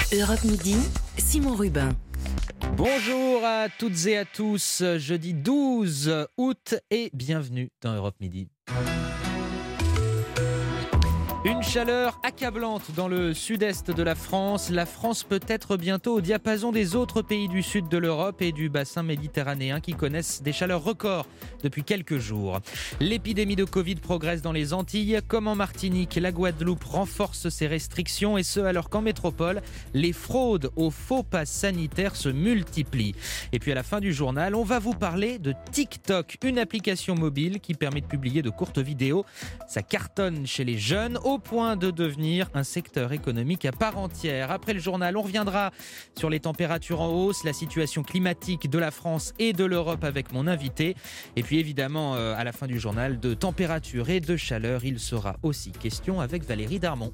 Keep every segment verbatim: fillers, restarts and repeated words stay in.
Europe Midi, Simon Rubin. Bonjour à toutes et à tous, jeudi douze août et bienvenue dans Europe Midi. Une chaleur accablante dans le sud-est de la France. La France peut être bientôt au diapason des autres pays du sud de l'Europe et du bassin méditerranéen qui connaissent des chaleurs records depuis quelques jours. L'épidémie de Covid progresse dans les Antilles. Comme en Martinique, la Guadeloupe renforce ses restrictions et ce alors qu'en métropole, les fraudes aux faux passes sanitaires se multiplient. Et puis à la fin du journal, on va vous parler de TikTok, une application mobile qui permet de publier de courtes vidéos. Ça cartonne chez les jeunes au point de devenir un secteur économique à part entière. Après le journal, on reviendra sur les températures en hausse, la situation climatique de la France et de l'Europe avec mon invité. Et puis évidemment, euh, à la fin du journal, de température et de chaleur, il sera aussi question avec Valérie Darmon.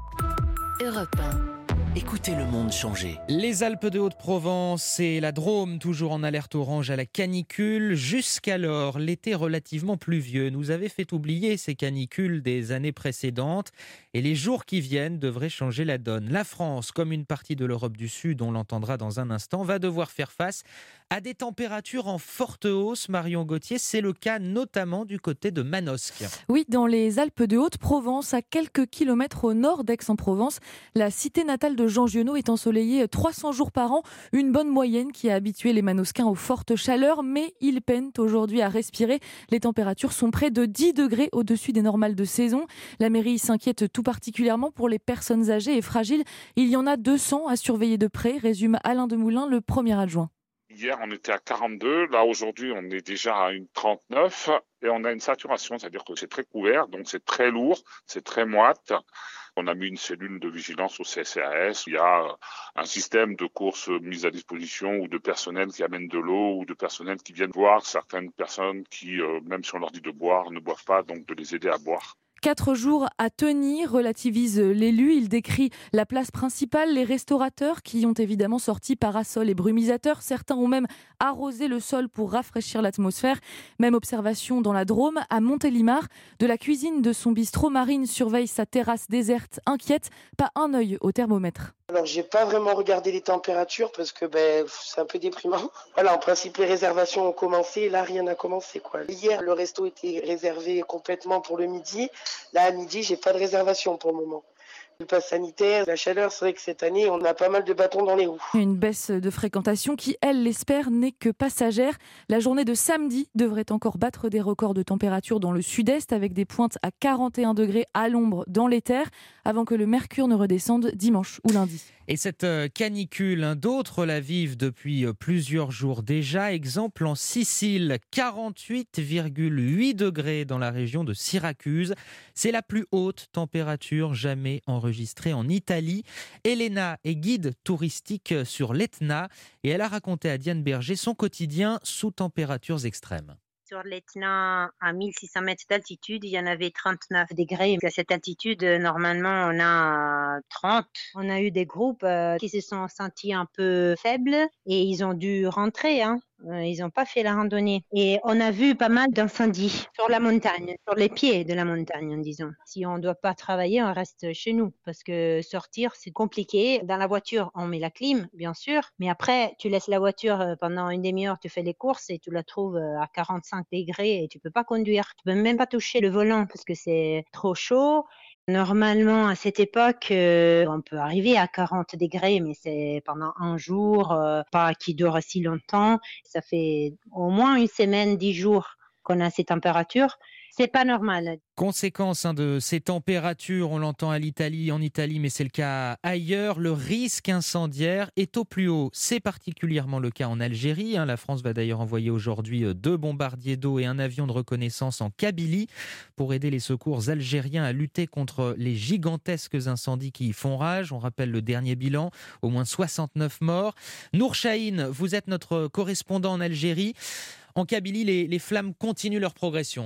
Europe un. Écoutez le monde changer. Les Alpes de Haute-Provence et la Drôme, toujours en alerte orange à la canicule. Jusqu'alors, l'été relativement pluvieux nous avait fait oublier ces canicules des années précédentes. Et les jours qui viennent devraient changer la donne. La France, comme une partie de l'Europe du Sud, on l'entendra dans un instant, va devoir faire face à des températures en forte hausse. Marion Gauthier, c'est le cas notamment du côté de Manosque. Oui, dans les Alpes de Haute-Provence, à quelques kilomètres au nord d'Aix-en-Provence, la cité natale de Jean Giono est ensoleillée trois cents jours par an, une bonne moyenne qui a habitué les Manosquins aux fortes chaleurs, mais ils peinent aujourd'hui à respirer. Les températures sont près de dix degrés au-dessus des normales de saison. La mairie s'inquiète tout particulièrement pour les personnes âgées et fragiles. Il y en a deux cents à surveiller de près, résume Alain Demoulin, le premier adjoint. Hier, on était à quarante-deux. Là, aujourd'hui, on est déjà à une trente-neuf. Et on a une saturation, c'est-à-dire que c'est très couvert, donc c'est très lourd, c'est très moite. On a mis une cellule de vigilance au C C A S. Il y a un système de courses mis à disposition ou de personnel qui amène de l'eau ou de personnel qui viennent voir certaines personnes qui, euh, même si on leur dit de boire, ne boivent pas, donc de les aider à boire. Quatre jours à tenir, relativise l'élu. Il décrit la place principale, les restaurateurs qui ont évidemment sorti parasols et brumisateurs. Certains ont même arrosé le sol pour rafraîchir l'atmosphère. Même observation dans la Drôme, à Montélimar. De la cuisine de son bistrot, Marine surveille sa terrasse déserte, inquiète. Pas un œil au thermomètre. Alors, j'ai pas vraiment regardé les températures parce que ben, c'est un peu déprimant. Voilà, en principe, les réservations ont commencé. Là, rien n'a commencé, quoi. Hier, le resto était réservé complètement pour le midi. Là, à midi, j'ai pas de réservation pour le moment. Le pass sanitaire, la chaleur, c'est vrai que cette année, on a pas mal de bâtons dans les roues. Une baisse de fréquentation qui, elle l'espère, n'est que passagère. La journée de samedi devrait encore battre des records de température dans le sud-est avec des pointes à quarante et un degrés à l'ombre dans les terres avant que le mercure ne redescende dimanche ou lundi. Et cette canicule, hein, d'autres la vivent depuis plusieurs jours déjà. Exemple en Sicile, quarante-huit virgule huit degrés dans la région de Syracuse. C'est la plus haute température jamais enregistrée en Italie. Elena est guide touristique sur l'Etna et elle a raconté à Diane Berger son quotidien sous températures extrêmes. Sur l'Etna, à mille six cents mètres d'altitude, il y en avait trente-neuf degrés. À cette altitude, normalement, on a trente. On a eu des groupes euh, qui se sont sentis un peu faibles et ils ont dû rentrer. Hein. Ils n'ont pas fait la randonnée. Et on a vu pas mal d'incendies sur la montagne, sur les pieds de la montagne, disons. Si on ne doit pas travailler, on reste chez nous parce que sortir, c'est compliqué. Dans la voiture, on met la clim, bien sûr. Mais après, tu laisses la voiture pendant une demi-heure, tu fais les courses et tu la trouves à quarante-cinq degrés et tu ne peux pas conduire. Tu ne peux même pas toucher le volant parce que c'est trop chaud. Normalement, à cette époque, euh, on peut arriver à quarante degrés, mais c'est pendant un jour, euh, pas qui dure si longtemps. Ça fait au moins une semaine, dix jours qu'on a ces températures. C'est pas normal. Conséquence hein, de ces températures, on l'entend à l'Italie, en Italie, mais c'est le cas ailleurs. Le risque incendiaire est au plus haut. C'est particulièrement le cas en Algérie. Hein. La France va d'ailleurs envoyer aujourd'hui deux bombardiers d'eau et un avion de reconnaissance en Kabylie pour aider les secours algériens à lutter contre les gigantesques incendies qui y font rage. On rappelle le dernier bilan, au moins soixante-neuf morts. Nour Chahine, vous êtes notre correspondant en Algérie. En Kabylie, les, les flammes continuent leur progression. Hein.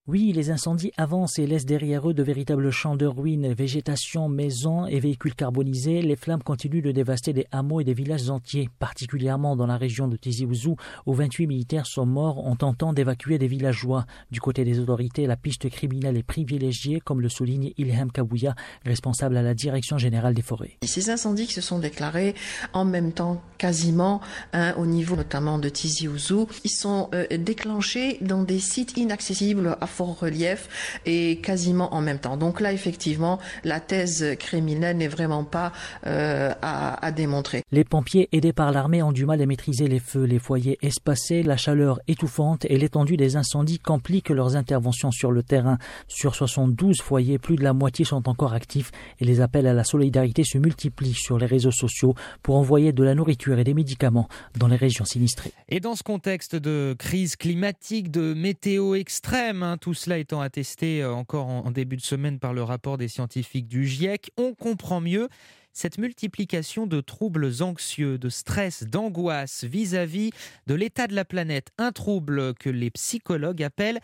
Oui, les incendies avancent et laissent derrière eux de véritables champs de ruines, végétation, maisons et véhicules carbonisés. Les flammes continuent de dévaster des hameaux et des villages entiers, particulièrement dans la région de Tizi Ouzou, où vingt-huit militaires sont morts en tentant d'évacuer des villageois. Du côté des autorités, la piste criminelle est privilégiée, comme le souligne Ilham Kabouya, responsable à la Direction générale des forêts. Ces incendies qui se sont déclarés en même temps, quasiment, hein, au niveau notamment de Tizi Ouzou, ils sont euh, déclenchés dans des sites inaccessibles à fort relief et quasiment en même temps. Donc là, effectivement, la thèse criminelle n'est vraiment pas euh, à, à démontrer. Les pompiers, aidés par l'armée, ont du mal à maîtriser les feux, les foyers espacés, la chaleur étouffante et l'étendue des incendies compliquent leurs interventions sur le terrain. Sur soixante-douze foyers, plus de la moitié sont encore actifs et les appels à la solidarité se multiplient sur les réseaux sociaux pour envoyer de la nourriture et des médicaments dans les régions sinistrées. Et dans ce contexte de crise climatique, de météo extrême, hein, tout cela étant attesté encore en début de semaine par le rapport des scientifiques du GIEC, on comprend mieux cette multiplication de troubles anxieux, de stress, d'angoisse vis-à-vis de l'état de la planète. Un trouble que les psychologues appellent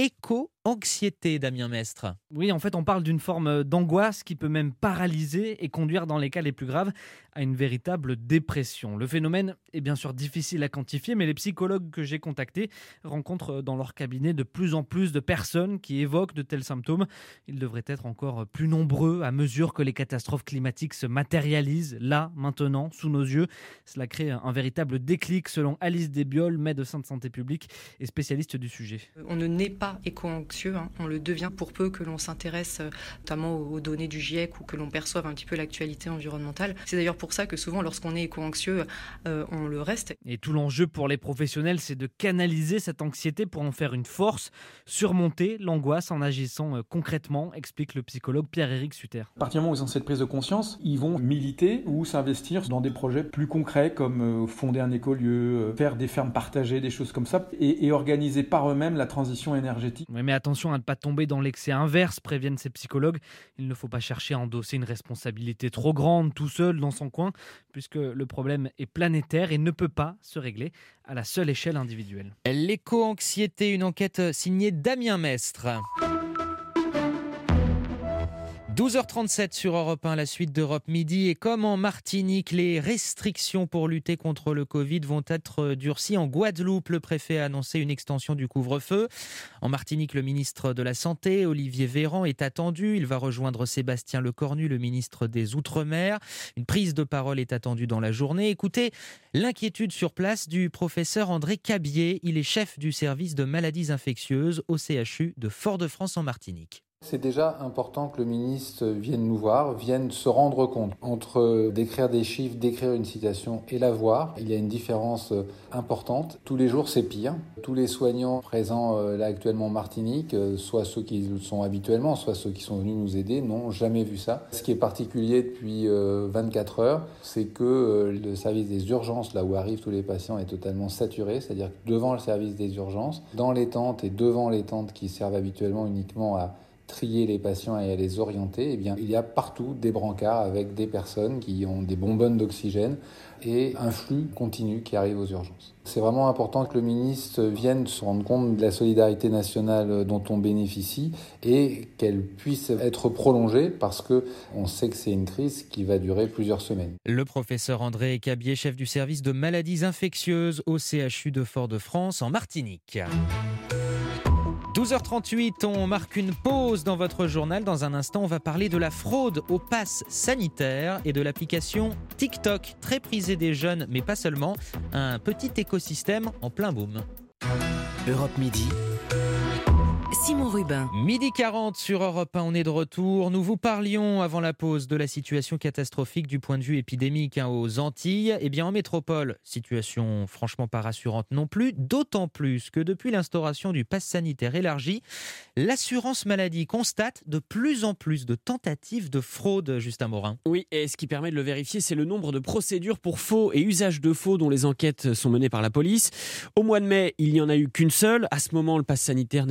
éco-anxiété, Damien Mestre. Oui, en fait, on parle d'une forme d'angoisse qui peut même paralyser et conduire, dans les cas les plus graves, à une véritable dépression. Le phénomène est bien sûr difficile à quantifier, mais les psychologues que j'ai contactés rencontrent dans leur cabinet de plus en plus de personnes qui évoquent de tels symptômes. Ils devraient être encore plus nombreux à mesure que les catastrophes climatiques se matérialisent, là, maintenant, sous nos yeux. Cela crée un véritable déclic, selon Alice Desbiol, médecin de santé publique et spécialiste du sujet. On ne naît pas éco-anxieux, hein. On le devient pour peu que l'on s'intéresse notamment aux données du GIEC ou que l'on perçoive un petit peu l'actualité environnementale. C'est d'ailleurs pour ça que souvent lorsqu'on est éco-anxieux, euh, on le reste. Et tout l'enjeu pour les professionnels, c'est de canaliser cette anxiété pour en faire une force, surmonter l'angoisse en agissant concrètement, explique le psychologue Pierre-Éric Sutter. À partir du moment où ils ont cette prise de conscience, ils vont militer ou s'investir dans des projets plus concrets comme fonder un écolieu, faire des fermes partagées, des choses comme ça, et, et organiser par eux-mêmes la transition énergétique. Oui, mais attention à ne pas tomber dans l'excès inverse, préviennent ces psychologues. Il ne faut pas chercher à endosser une responsabilité trop grande tout seul dans son coin, puisque le problème est planétaire et ne peut pas se régler à la seule échelle individuelle. L'éco-anxiété, une enquête signée Damien Mestre. douze heures trente-sept sur Europe un, la suite d'Europe Midi. Et comme en Martinique, les restrictions pour lutter contre le Covid vont être durcies. En Guadeloupe, le préfet a annoncé une extension du couvre-feu. En Martinique, le ministre de la Santé, Olivier Véran, est attendu. Il va rejoindre Sébastien Lecornu, le ministre des Outre-mer. Une prise de parole est attendue dans la journée. Écoutez l'inquiétude sur place du professeur André Cabier. Il est chef du service de maladies infectieuses au C H U de Fort-de-France en Martinique. C'est déjà important que le ministre vienne nous voir, vienne se rendre compte. Entre décrire des chiffres, décrire une situation et la voir, il y a une différence importante. Tous les jours, c'est pire. Tous les soignants présents là actuellement en Martinique, soit ceux qui le sont habituellement, soit ceux qui sont venus nous aider, n'ont jamais vu ça. Ce qui est particulier depuis vingt-quatre heures, c'est que le service des urgences, là où arrivent tous les patients, est totalement saturé. C'est-à-dire que devant le service des urgences, dans les tentes et devant les tentes qui servent habituellement uniquement à trier les patients et à les orienter, eh bien, il y a partout des brancards avec des personnes qui ont des bonbonnes d'oxygène et un flux continu qui arrive aux urgences. C'est vraiment important que le ministre vienne se rendre compte de la solidarité nationale dont on bénéficie et qu'elle puisse être prolongée parce qu'on sait que c'est une crise qui va durer plusieurs semaines. Le professeur André Cabier, chef du service de maladies infectieuses au C H U de Fort-de-France en Martinique. douze heures trente-huit, on marque une pause dans votre journal. Dans un instant, on va parler de la fraude au pass sanitaire et de l'application TikTok, très prisée des jeunes, mais pas seulement. Un petit écosystème en plein boom. Europe Midi. Simon Rubin. Midi quarante sur Europe un, on est de retour. Nous vous parlions avant la pause de la situation catastrophique du point de vue épidémique hein, aux Antilles. Eh bien en métropole, situation franchement pas rassurante non plus, d'autant plus que depuis l'instauration du pass sanitaire élargi, l'assurance maladie constate de plus en plus de tentatives de fraude, Justin Morin. Oui, et ce qui permet de le vérifier, c'est le nombre de procédures pour faux et usage de faux dont les enquêtes sont menées par la police. Au mois de mai, il n'y en a eu qu'une seule. À ce moment, le pass sanitaire n'était pas encore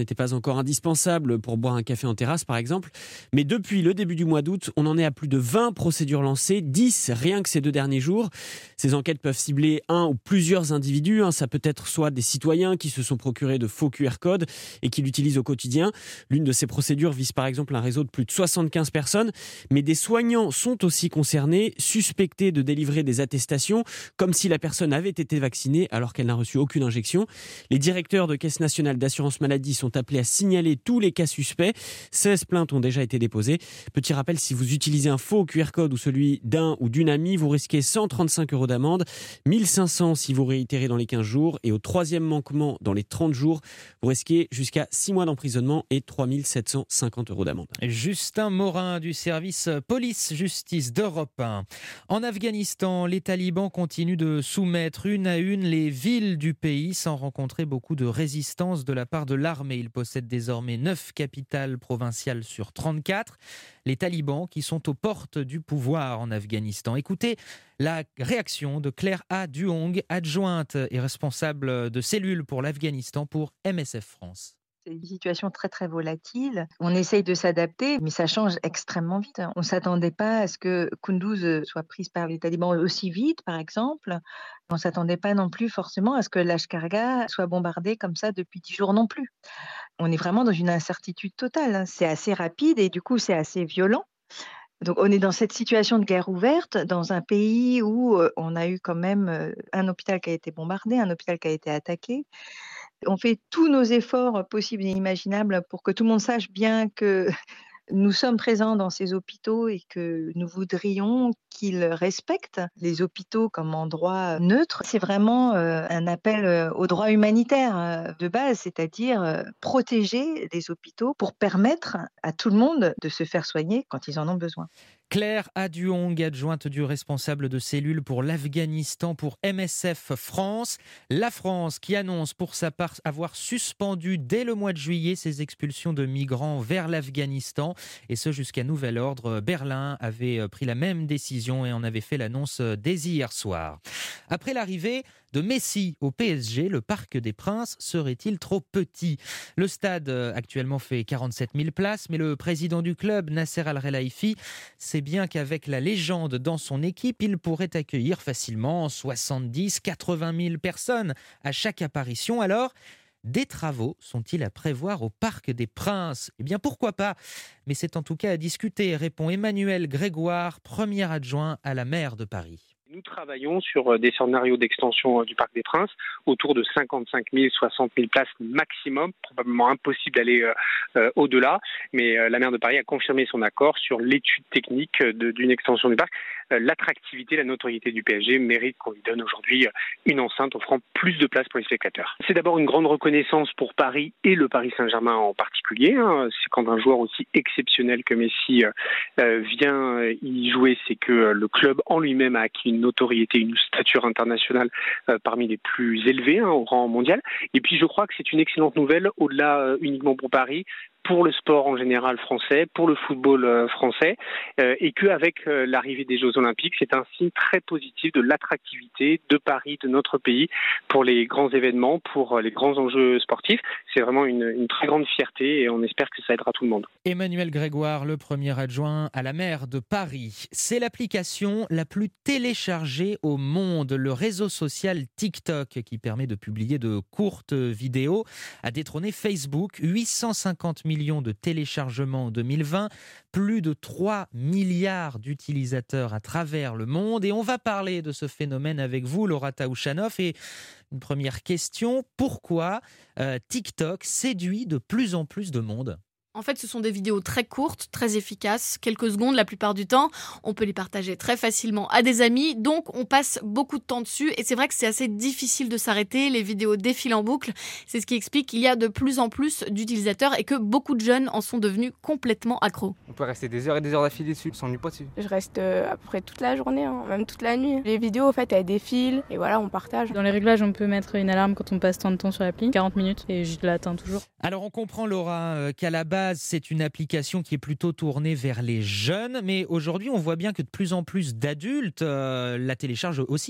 encore indispensable pour boire un café en terrasse par exemple. Mais depuis le début du mois d'août, on en est à plus de vingt procédures lancées, dix rien que ces deux derniers jours. Ces enquêtes peuvent cibler un ou plusieurs individus. Hein. Ça peut être soit des citoyens qui se sont procurés de faux Q R codes et qui l'utilisent au quotidien. L'une de ces procédures vise par exemple un réseau de plus de soixante-quinze personnes. Mais des soignants sont aussi concernés, suspectés de délivrer des attestations, comme si la personne avait été vaccinée alors qu'elle n'a reçu aucune injection. Les directeurs de caisse nationale d'assurance maladie sont appelés à signaler tous les cas suspects. seize plaintes ont déjà été déposées. Petit rappel, si vous utilisez un faux Q R code ou celui d'un ou d'une amie, vous risquez cent trente-cinq euros d'amende, mille cinq cents si vous réitérez dans les quinze jours et au troisième manquement dans les trente jours, vous risquez jusqu'à six mois d'emprisonnement et trois mille sept cent cinquante euros d'amende. Justin Morin du service police-justice d'Europe un. En Afghanistan, les talibans continuent de soumettre une à une les villes du pays sans rencontrer beaucoup de résistance de la part de l'armée. Ils possèdent désormais neuf capitales provinciales sur trente-quatre. Les talibans qui sont aux portes du pouvoir en Afghanistan. Écoutez la réaction de Claire A. Duong, adjointe et responsable de cellule pour l'Afghanistan pour M S F France. C'est une situation très très volatile. On essaye de s'adapter, mais ça change extrêmement vite. On ne s'attendait pas à ce que Kunduz soit prise par les talibans aussi vite, par exemple. On ne s'attendait pas non plus forcément à ce que Lashkargah soit bombardé comme ça depuis dix jours non plus. On est vraiment dans une incertitude totale. C'est assez rapide et du coup c'est assez violent. Donc on est dans cette situation de guerre ouverte, dans un pays où on a eu quand même un hôpital qui a été bombardé, un hôpital qui a été attaqué. On fait tous nos efforts possibles et imaginables pour que tout le monde sache bien que nous sommes présents dans ces hôpitaux et que nous voudrions qu'ils respectent les hôpitaux comme endroit neutre. C'est vraiment euh, un appel euh, au droit humanitaire euh, de base, c'est-à-dire euh, protéger les hôpitaux pour permettre à tout le monde de se faire soigner quand ils en ont besoin. Claire Aduong, adjointe du responsable de cellule pour l'Afghanistan pour M S F France. La France qui annonce pour sa part avoir suspendu dès le mois de juillet ses expulsions de migrants vers l'Afghanistan. Et ce jusqu'à nouvel ordre. Berlin avait pris la même décision et en avait fait l'annonce dès hier soir. Après l'arrivée de Messi au P S G, le Parc des Princes serait-il trop petit ? Le stade actuellement fait quarante-sept mille places, mais le président du club, Nasser Al-Khelaifi, sait bien qu'avec la légende dans son équipe, il pourrait accueillir facilement soixante-dix à quatre-vingt mille personnes à chaque apparition. Alors, des travaux sont-ils à prévoir au Parc des Princes ? Eh bien, pourquoi pas ? Mais c'est en tout cas à discuter, répond Emmanuel Grégoire, premier adjoint à la maire de Paris. Nous travaillons sur des scénarios d'extension du Parc des Princes, autour de cinquante-cinq mille, soixante mille places maximum, probablement impossible d'aller euh, euh, au-delà, mais euh, la maire de Paris a confirmé son accord sur l'étude technique de, d'une extension du parc. Euh, l'attractivité, la notoriété du P S G mérite qu'on lui donne aujourd'hui une enceinte offrant plus de place pour les spectateurs. C'est d'abord une grande reconnaissance pour Paris et le Paris Saint-Germain en particulier. Hein. C'est quand un joueur aussi exceptionnel que Messi euh, vient y jouer, c'est que le club en lui-même a acquis une notoriété, une stature internationale euh, parmi les plus élevées hein, au rang mondial. Et puis je crois que c'est une excellente nouvelle, au-delà euh, uniquement pour Paris, pour le sport en général français, pour le football euh, français, euh, et qu'avec euh, l'arrivée des Jeux Olympiques, c'est un signe très positif de l'attractivité de Paris, de notre pays, pour les grands événements, pour euh, les grands enjeux sportifs. C'est vraiment une, une très grande fierté et on espère que ça aidera tout le monde. Emmanuel Grégoire, le premier adjoint à la maire de Paris. C'est l'application la plus téléchargée au monde, le réseau social TikTok, qui permet de publier de courtes vidéos, a détrôné Facebook, huit cent cinquante millions de téléchargements en deux mille vingt, plus de trois milliards d'utilisateurs à travers le monde. Et on va parler de ce phénomène avec vous, Laura Taouchanoff. Et une première question, pourquoi euh, TikTok séduit de plus en plus de monde ? En fait, ce sont des vidéos très courtes, très efficaces, quelques secondes la plupart du temps. On peut les partager très facilement à des amis, donc on passe beaucoup de temps dessus. Et c'est vrai que c'est assez difficile de s'arrêter, les vidéos défilent en boucle. C'est ce qui explique qu'il y a de plus en plus d'utilisateurs et que beaucoup de jeunes en sont devenus complètement accros. On peut rester des heures et des heures d'affilée dessus, on s'ennuie pas dessus. Je reste euh, à peu près toute la journée, hein, même toute la nuit. Les vidéos, en fait, elles défilent et voilà, on partage. Dans les réglages, on peut mettre une alarme quand on passe tant de temps sur l'appli, quarante minutes, et je l'atteins toujours. Alors on comprend, Laura, euh, qu'à la base, c'est une application qui est plutôt tournée vers les jeunes, mais aujourd'hui, on voit bien que de plus en plus d'adultes euh, la téléchargent aussi.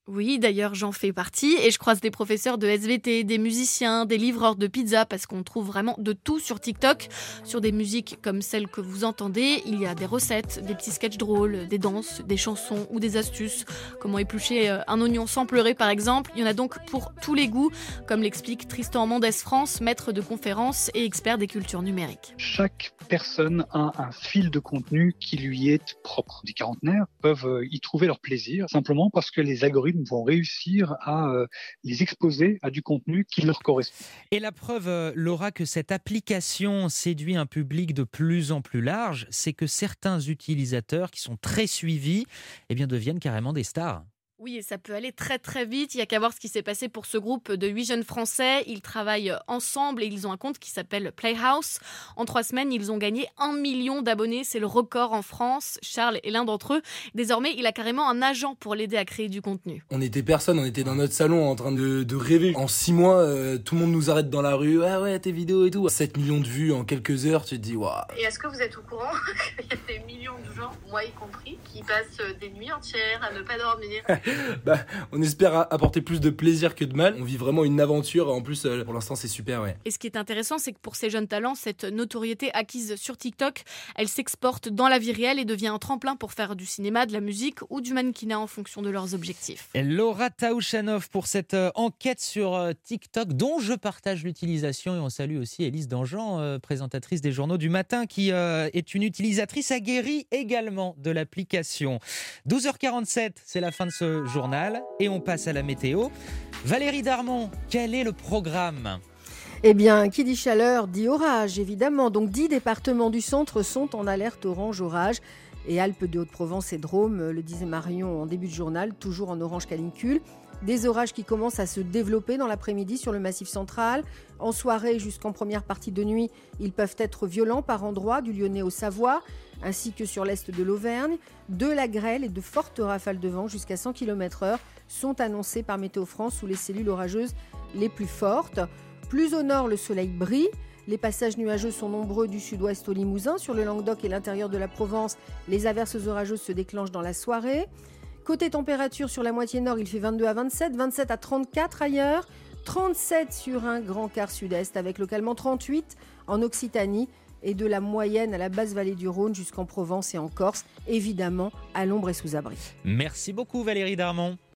Oui, d'ailleurs, j'en fais partie et je croise des professeurs de S V T, des musiciens, des livreurs de pizza parce qu'on trouve vraiment de tout sur TikTok. Sur des musiques comme celles que vous entendez, il y a des recettes, des petits sketchs drôles, des danses, des chansons ou des astuces. Comment éplucher un oignon sans pleurer, par exemple. Il y en a donc pour tous les goûts, comme l'explique Tristan Mendes France, maître de conférences et expert des cultures numériques. Chaque personne a un fil de contenu qui lui est propre. Les quarantenaires peuvent y trouver leur plaisir simplement parce que les algorithmes vont réussir à euh, les exposer à du contenu qui leur correspond. Et la preuve, euh, Laura, que cette application séduit un public de plus en plus large, c'est que certains utilisateurs qui sont très suivis eh bien, deviennent carrément des stars. Oui, et ça peut aller très très vite. Il n'y a qu'à voir ce qui s'est passé pour ce groupe de huit jeunes Français. Ils travaillent ensemble et ils ont un compte qui s'appelle Playhouse. En trois semaines, ils ont gagné un million d'abonnés. C'est le record en France. Charles est l'un d'entre eux. Désormais, il a carrément un agent pour l'aider à créer du contenu. On était personne, on était dans notre salon en train de, de rêver. En six mois, euh, tout le monde nous arrête dans la rue. Ah ouais, tes vidéos et tout. sept millions de vues en quelques heures, tu te dis waouh. Et est-ce que vous êtes au courant qu'il y a des millions de gens, moi y compris, qui passent des nuits entières à ne pas dormir? Bah, on espère apporter plus de plaisir que de mal. On vit vraiment une aventure. En plus, pour l'instant, c'est super, ouais. Et ce qui est intéressant, c'est que pour ces jeunes talents, cette notoriété acquise sur TikTok, elle s'exporte dans la vie réelle et devient un tremplin pour faire du cinéma, de la musique ou du mannequinat en fonction de leurs objectifs. Et Laura Taouchanov pour cette euh, enquête sur euh, TikTok dont je partage l'utilisation. Et on salue aussi Élise Dangean, euh, présentatrice des journaux du matin, qui euh, est une utilisatrice aguerrie également de l'application. douze heures quarante-sept, c'est la fin de ce journal. Et on passe à la météo. Valérie Darmon, quel est le programme ? Eh bien, qui dit chaleur dit orage, évidemment. Donc, dix départements du centre sont en alerte orange orage. Et Alpes de Haute-Provence et Drôme, le disait Marion en début de journal, toujours en orange canicule. Des orages qui commencent à se développer dans l'après-midi sur le Massif central. En soirée jusqu'en première partie de nuit, ils peuvent être violents par endroits, du Lyonnais au Savoie, ainsi que sur l'est de l'Auvergne. De la grêle et de fortes rafales de vent jusqu'à cent kilomètres heure sont annoncées par Météo France sous les cellules orageuses les plus fortes. Plus au nord, le soleil brille. Les passages nuageux sont nombreux du sud-ouest au Limousin. Sur le Languedoc et l'intérieur de la Provence, les averses orageuses se déclenchent dans la soirée. Côté température, sur la moitié nord, il fait vingt-deux à vingt-sept, vingt-sept à trente-quatre ailleurs, trente-sept sur un grand quart sud-est, avec localement trente-huit en Occitanie et de la moyenne à la basse vallée du Rhône jusqu'en Provence et en Corse, évidemment à l'ombre et sous abri. Merci beaucoup Valérie Darmon.